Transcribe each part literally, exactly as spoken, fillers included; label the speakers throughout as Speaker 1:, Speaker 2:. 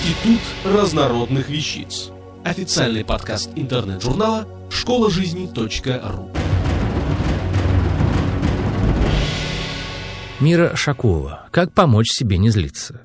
Speaker 1: Институт разнородных вещиц. Официальный подкаст интернет-журнала школа жизни точка ру.
Speaker 2: Мира Шакуова. Как помочь себе не злиться?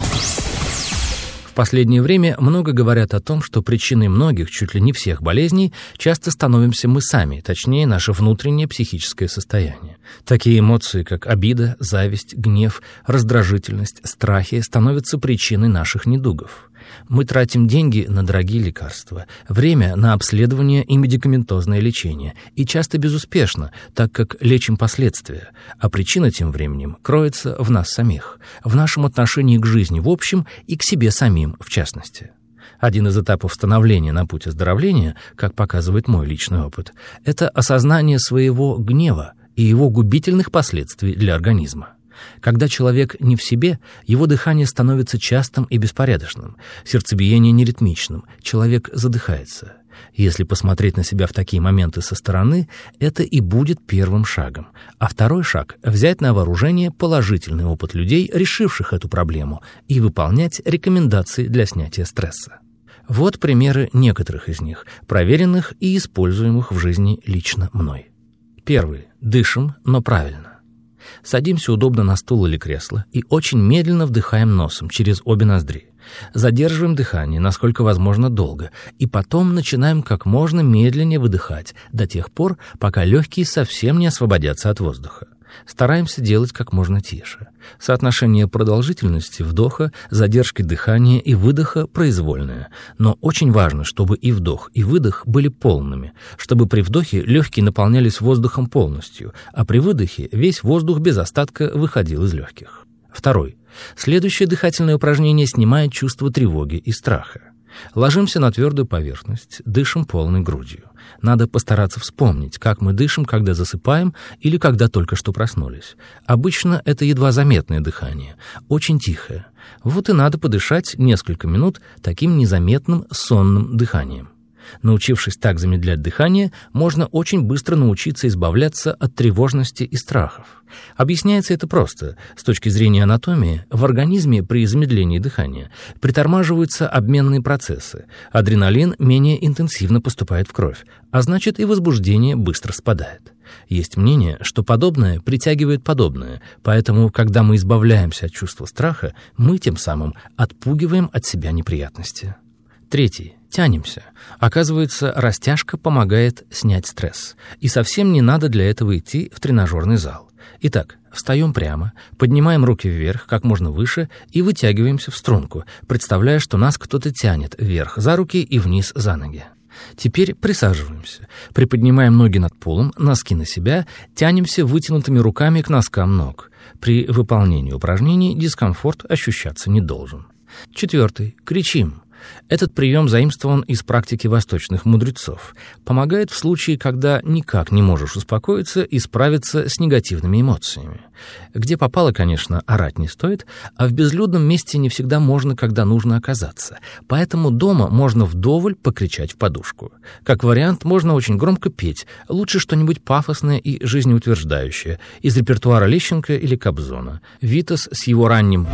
Speaker 2: В последнее время много говорят о том, что причиной многих, чуть ли не всех болезней, часто становимся мы сами, точнее, наше внутреннее психическое состояние. Такие эмоции, как обида, зависть, гнев, раздражительность, страхи, становятся причиной наших недугов. Мы тратим деньги на дорогие лекарства, время на обследование и медикаментозное лечение, и часто безуспешно, так как лечим последствия, а причина тем временем кроется в нас самих, в нашем отношении к жизни в общем и к себе самим в частности. Один из этапов становления на путь оздоровления, как показывает мой личный опыт, это осознание своего гнева и его губительных последствий для организма. Когда человек не в себе, его дыхание становится частым и беспорядочным, сердцебиение неритмичным, человек задыхается. Если посмотреть на себя в такие моменты со стороны, это и будет первым шагом. А второй шаг — взять на вооружение положительный опыт людей, решивших эту проблему, и выполнять рекомендации для снятия стресса. Вот примеры некоторых из них, проверенных и используемых в жизни лично мной. Первый. Дышим, но правильно. Садимся удобно на стул или кресло и очень медленно вдыхаем носом через обе ноздри. Задерживаем дыхание, насколько возможно, долго, и потом начинаем как можно медленнее выдыхать до тех пор, пока легкие совсем не освободятся от воздуха. Стараемся делать как можно тише. Соотношение продолжительности вдоха, задержки дыхания и выдоха произвольное. Но очень важно, чтобы и вдох, и выдох были полными, чтобы при вдохе легкие наполнялись воздухом полностью, а при выдохе весь воздух без остатка выходил из легких. Второй. Следующее дыхательное упражнение снимает чувство тревоги и страха. Ложимся на твердую поверхность, дышим полной грудью. Надо постараться вспомнить, как мы дышим, когда засыпаем или когда только что проснулись. Обычно это едва заметное дыхание, очень тихое. Вот и надо подышать несколько минут таким незаметным сонным дыханием. Научившись так замедлять дыхание, можно очень быстро научиться избавляться от тревожности и страхов. Объясняется это просто. С точки зрения анатомии, в организме при замедлении дыхания притормаживаются обменные процессы. Адреналин менее интенсивно поступает в кровь, а значит и возбуждение быстро спадает. Есть мнение, что подобное притягивает подобное, поэтому, когда мы избавляемся от чувства страха, мы тем самым отпугиваем от себя неприятности. Третий. Тянемся. Оказывается, растяжка помогает снять стресс. И совсем не надо для этого идти в тренажерный зал. Итак, встаем прямо, поднимаем руки вверх, как можно выше, и вытягиваемся в струнку, представляя, что нас кто-то тянет вверх за руки и вниз за ноги. Теперь присаживаемся, приподнимаем ноги над полом, носки на себя, тянемся вытянутыми руками к носкам ног. При выполнении упражнений дискомфорт ощущаться не должен. Четвертый. Кричим. Этот прием заимствован из практики восточных мудрецов. Помогает в случае, когда никак не можешь успокоиться и справиться с негативными эмоциями. Где попало, конечно, орать не стоит, а в безлюдном месте не всегда можно, когда нужно оказаться. Поэтому дома можно вдоволь покричать в подушку. Как вариант, можно очень громко петь, лучше что-нибудь пафосное и жизнеутверждающее, из репертуара Лещенко или Кобзона. Витас с его ранним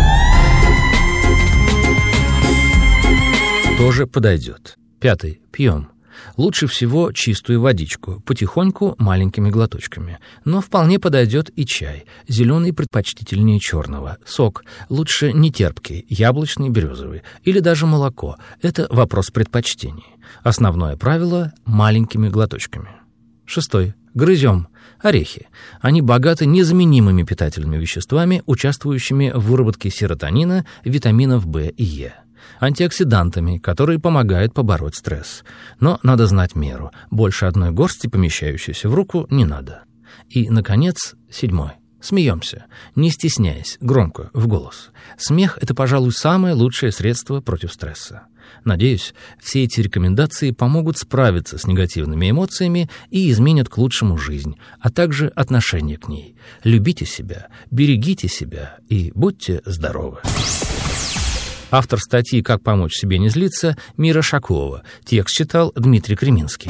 Speaker 2: тоже подойдет. Пятый. Пьем. Лучше всего чистую водичку, потихоньку, маленькими глоточками. Но вполне подойдет и чай. Зеленый предпочтительнее черного. Сок. Лучше не терпкий, яблочный, березовый. Или даже молоко. Это вопрос предпочтений. Основное правило – маленькими глоточками. Шестой. Грызем. Орехи. Они богаты незаменимыми питательными веществами, участвующими в выработке серотонина, витаминов В и Е. Антиоксидантами, которые помогают побороть стресс. Но надо знать меру. Больше одной горсти, помещающейся в руку, не надо. И, наконец, седьмой. Смеемся, не стесняясь, громко, в голос. Смех — это, пожалуй, самое лучшее средство против стресса. Надеюсь, все эти рекомендации помогут справиться с негативными эмоциями и изменят к лучшему жизнь, а также отношение к ней. Любите себя, берегите себя и будьте здоровы. Автор статьи «Как помочь себе не злиться» Мира Шакуова. Текст читал Дмитрий Креминский.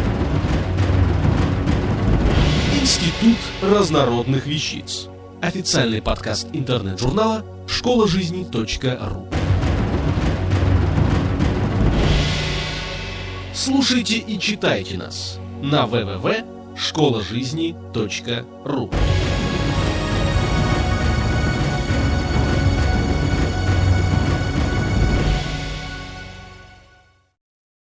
Speaker 1: Институт разнородных вещиц. Официальный подкаст интернет-журнала школа жизни точка ру. Слушайте и читайте нас на дабл ю дабл ю дабл ю точка школа жизни точка ру.